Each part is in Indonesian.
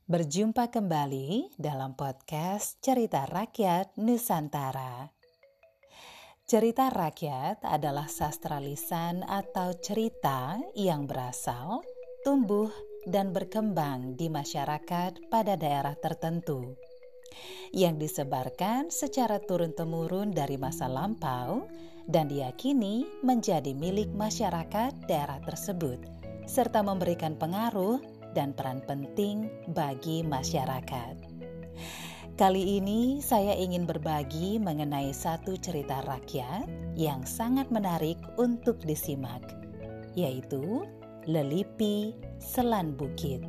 Berjumpa kembali dalam podcast Cerita Rakyat Nusantara. Cerita rakyat adalah sastra lisan atau cerita yang berasal, tumbuh, dan berkembang di masyarakat pada daerah tertentu, yang disebarkan secara turun-temurun dari masa lampau dan diyakini menjadi milik masyarakat daerah tersebut, serta memberikan pengaruh dan peran penting bagi masyarakat. Kali ini saya ingin berbagi mengenai satu cerita rakyat yang sangat menarik untuk disimak, yaitu Lelipi Selan Bukit.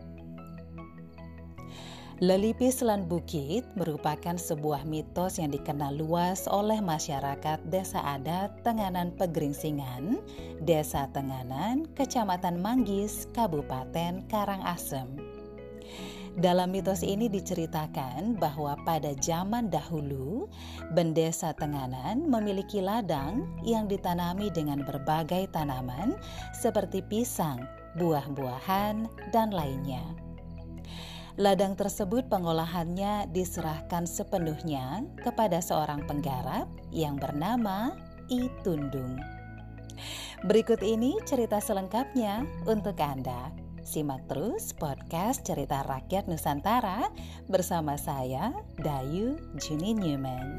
Lelipi Selan Bukit merupakan sebuah mitos yang dikenal luas oleh masyarakat Desa Adat Tenganan Pegeringsingan, Desa Tenganan, Kecamatan Manggis, Kabupaten Karangasem. Dalam mitos ini diceritakan bahwa pada zaman dahulu, Bendesa Tenganan memiliki ladang yang ditanami dengan berbagai tanaman seperti pisang, buah-buahan, dan lainnya. Ladang tersebut pengolahannya diserahkan sepenuhnya kepada seorang penggarap yang bernama I Tundung. Berikut ini cerita selengkapnya untuk Anda. Simak terus podcast Cerita Rakyat Nusantara bersama saya, Dayu Juni Newman.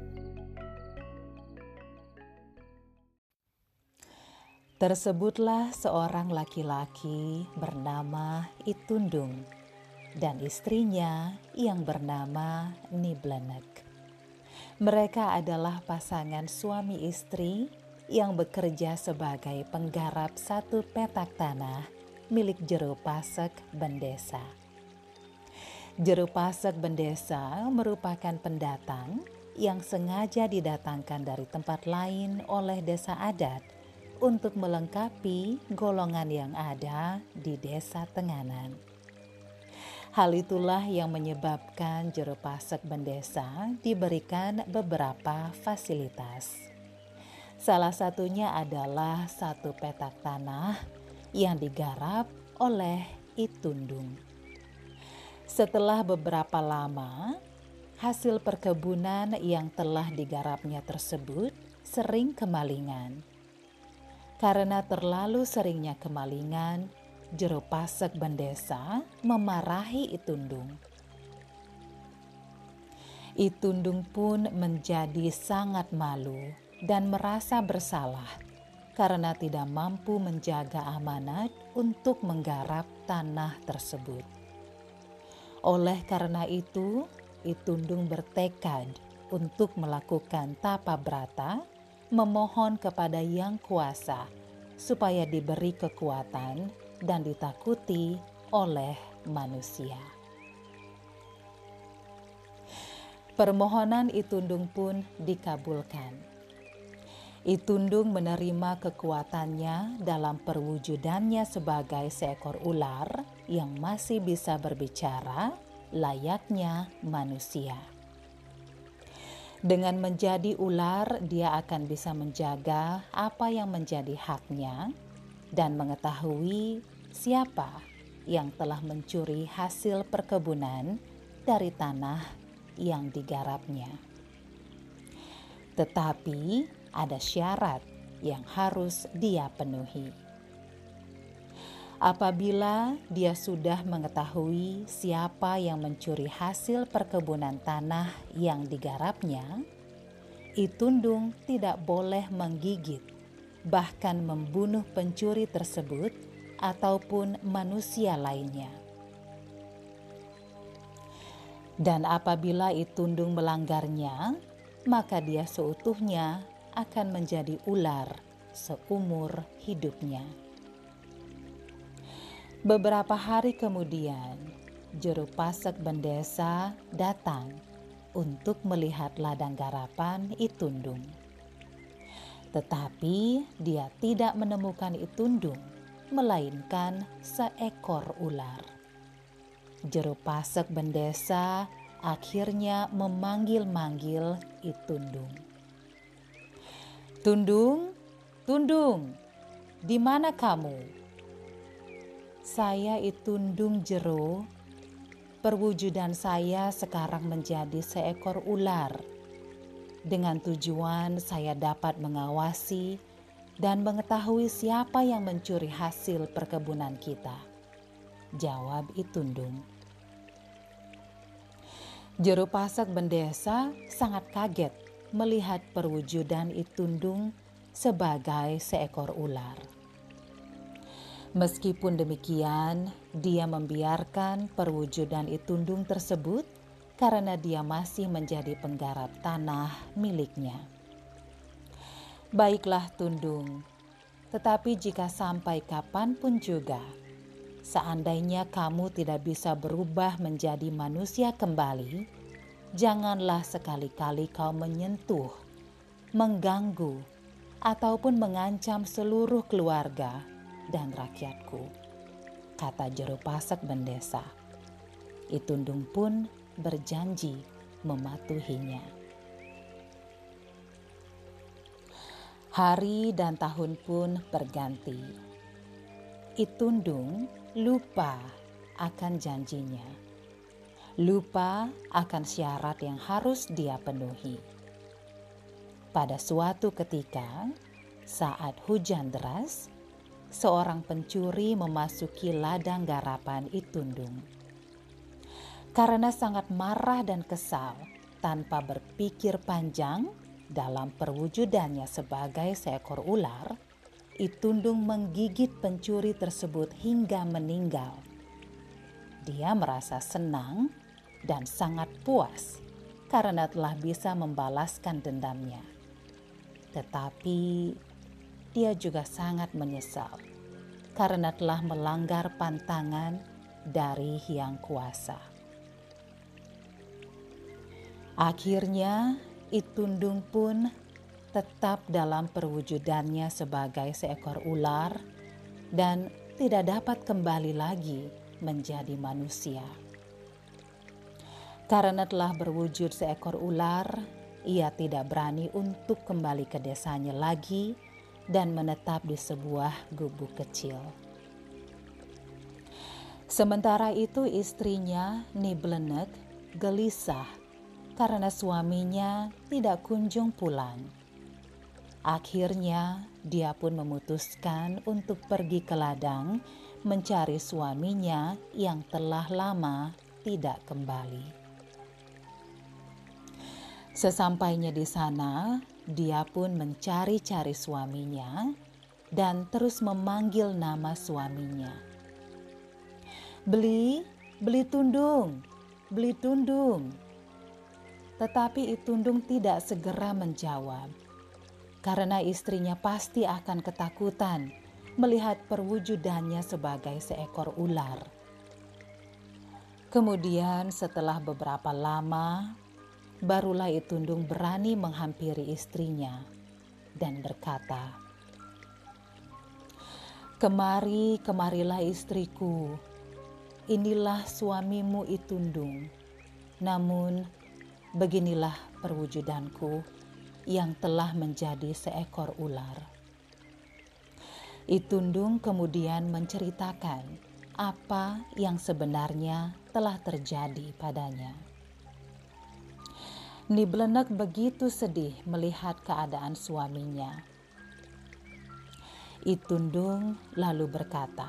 Tersebutlah seorang laki-laki bernama I Tundung dan istrinya yang bernama Niblenek. Mereka adalah pasangan suami istri yang bekerja sebagai penggarap satu petak tanah milik Jero Pasek Bendesa. Jero Pasek Bendesa merupakan pendatang yang sengaja didatangkan dari tempat lain oleh desa adat untuk melengkapi golongan yang ada di Desa Tenganan. Hal itulah yang menyebabkan Jero Pasek Bendesa diberikan beberapa fasilitas. Salah satunya adalah satu petak tanah yang digarap oleh I Tundung. Setelah beberapa lama, hasil perkebunan yang telah digarapnya tersebut sering kemalingan. Karena terlalu seringnya kemalingan, Jero Pasek Bendesa memarahi I Tundung. I Tundung pun menjadi sangat malu dan merasa bersalah karena tidak mampu menjaga amanat untuk menggarap tanah tersebut. Oleh karena itu, I Tundung bertekad untuk melakukan tapa brata, memohon kepada Yang Kuasa supaya diberi kekuatan dan ditakuti oleh manusia. Permohonan I Tundung pun dikabulkan. I Tundung menerima kekuatannya dalam perwujudannya sebagai seekor ular yang masih bisa berbicara layaknya manusia. Dengan menjadi ular, dia akan bisa menjaga apa yang menjadi haknya dan mengetahui siapa yang telah mencuri hasil perkebunan dari tanah yang digarapnya. Tetapi ada syarat yang harus dia penuhi. Apabila dia sudah mengetahui siapa yang mencuri hasil perkebunan tanah yang digarapnya, I Tundung tidak boleh menggigit, bahkan membunuh pencuri tersebut ataupun manusia lainnya. Dan apabila I Tundung melanggarnya, maka dia seutuhnya akan menjadi ular seumur hidupnya. Beberapa hari kemudian, Jero Pasek Bendesa datang untuk melihat ladang garapan I Tundung. Tetapi dia tidak menemukan I Tundung, melainkan seekor ular. Jero Pasek Bendesa akhirnya memanggil-manggil I Tundung. Tundung, Tundung, di mana kamu? Saya I Tundung Jero, perwujudan saya sekarang menjadi seekor ular. Dengan tujuan saya dapat mengawasi dan mengetahui siapa yang mencuri hasil perkebunan kita. Jawab Itundung. Juru pasak Bendesa sangat kaget melihat perwujudan Itundung sebagai seekor ular. Meskipun demikian, dia membiarkan perwujudan Itundung tersebut karena dia masih menjadi penggarap tanah miliknya. Baiklah Tundung, tetapi jika sampai kapanpun juga, seandainya kamu tidak bisa berubah menjadi manusia kembali, janganlah sekali-kali kau menyentuh, mengganggu, ataupun mengancam seluruh keluarga dan rakyatku, kata juru pasak Bendesa. Itundung pun berjanji mematuhinya. Hari dan tahun pun berganti. Itundung lupa akan janjinya, lupa akan syarat yang harus dia penuhi. Pada suatu ketika, saat hujan deras, seorang pencuri memasuki ladang garapan Itundung. Karena sangat marah dan kesal, tanpa berpikir panjang, dalam perwujudannya sebagai seekor ular, Itundung menggigit pencuri tersebut hingga meninggal. Dia merasa senang dan sangat puas karena telah bisa membalaskan dendamnya. Tetapi dia juga sangat menyesal karena telah melanggar pantangan dari Hyang Kuasa. Akhirnya Itundung pun tetap dalam perwujudannya sebagai seekor ular dan tidak dapat kembali lagi menjadi manusia. Karena telah berwujud seekor ular, ia tidak berani untuk kembali ke desanya lagi dan menetap di sebuah gubuk kecil. Sementara itu istrinya Niblenek gelisah karena suaminya tidak kunjung pulang. Akhirnya dia pun memutuskan untuk pergi ke ladang mencari suaminya yang telah lama tidak kembali. Sesampainya di sana, dia pun mencari-cari suaminya dan terus memanggil nama suaminya. Beli Tundung, beli Tundung. Tetapi Itundung tidak segera menjawab, karena istrinya pasti akan ketakutan melihat perwujudannya sebagai seekor ular. Kemudian setelah beberapa lama, barulah Itundung berani menghampiri istrinya dan berkata, Kemarilah istriku, inilah suamimu Itundung, namun beginilah perwujudanku yang telah menjadi seekor ular. Itundung kemudian menceritakan apa yang sebenarnya telah terjadi padanya. Niblenek begitu sedih melihat keadaan suaminya. Itundung lalu berkata,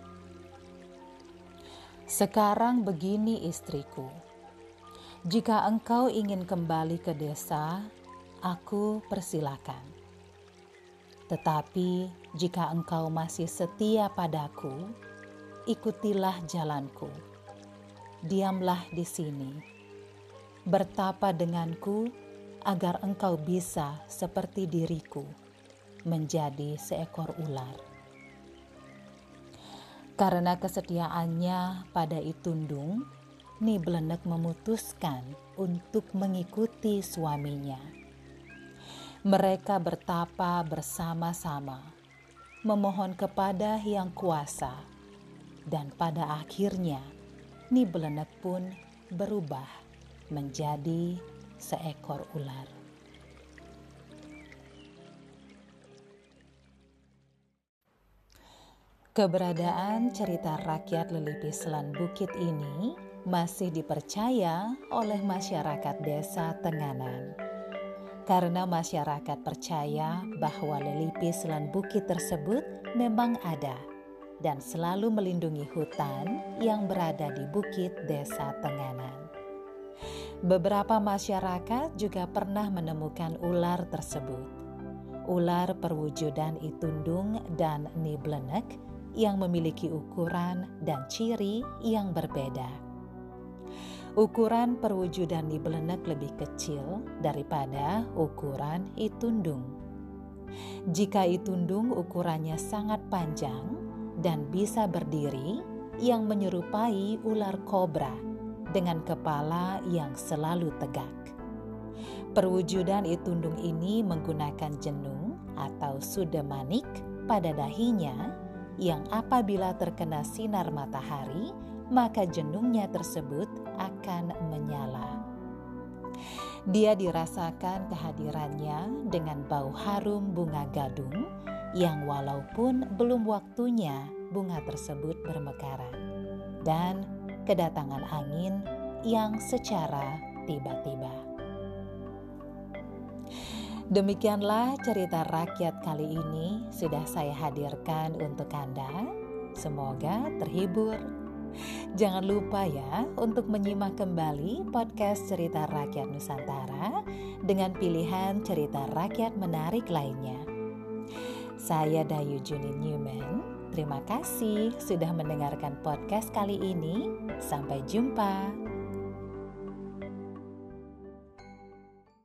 "Sekarang begini istriku, jika engkau ingin kembali ke desa, aku persilakan. Tetapi jika engkau masih setia padaku, ikutilah jalanku. Diamlah di sini, bertapa denganku agar engkau bisa seperti diriku, menjadi seekor ular." Karena kesetiaannya pada Itundung, Niblenek memutuskan untuk mengikuti suaminya. Mereka bertapa bersama-sama, memohon kepada Hyang Kuasa, dan pada akhirnya Niblenek pun berubah menjadi seekor ular. Keberadaan cerita rakyat Lelipi Selan Bukit ini masih dipercaya oleh masyarakat desa Tenganan. Karena masyarakat percaya bahwa lelipis lan bukit tersebut memang ada dan selalu melindungi hutan yang berada di bukit desa Tenganan. Beberapa masyarakat juga pernah menemukan ular tersebut. Ular perwujudan Itundung dan Niblenek yang memiliki ukuran dan ciri yang berbeda. Ukuran perwujudan Niblenek lebih kecil daripada ukuran Itundung. Jika Itundung ukurannya sangat panjang dan bisa berdiri yang menyerupai ular kobra dengan kepala yang selalu tegak. Perwujudan Itundung ini menggunakan jenung atau sudemanik pada dahinya yang apabila terkena sinar matahari, maka jenungnya tersebut akan menyala. Dia dirasakan kehadirannya dengan bau harum bunga gadung yang walaupun belum waktunya bunga tersebut bermekaran dan kedatangan angin yang secara tiba-tiba. Demikianlah cerita rakyat kali ini sudah saya hadirkan untuk Anda. Semoga terhibur. Jangan lupa ya untuk menyimak kembali podcast Cerita Rakyat Nusantara dengan pilihan cerita rakyat menarik lainnya. Saya Dayu Juni Newman. Terima kasih sudah mendengarkan podcast kali ini. Sampai jumpa.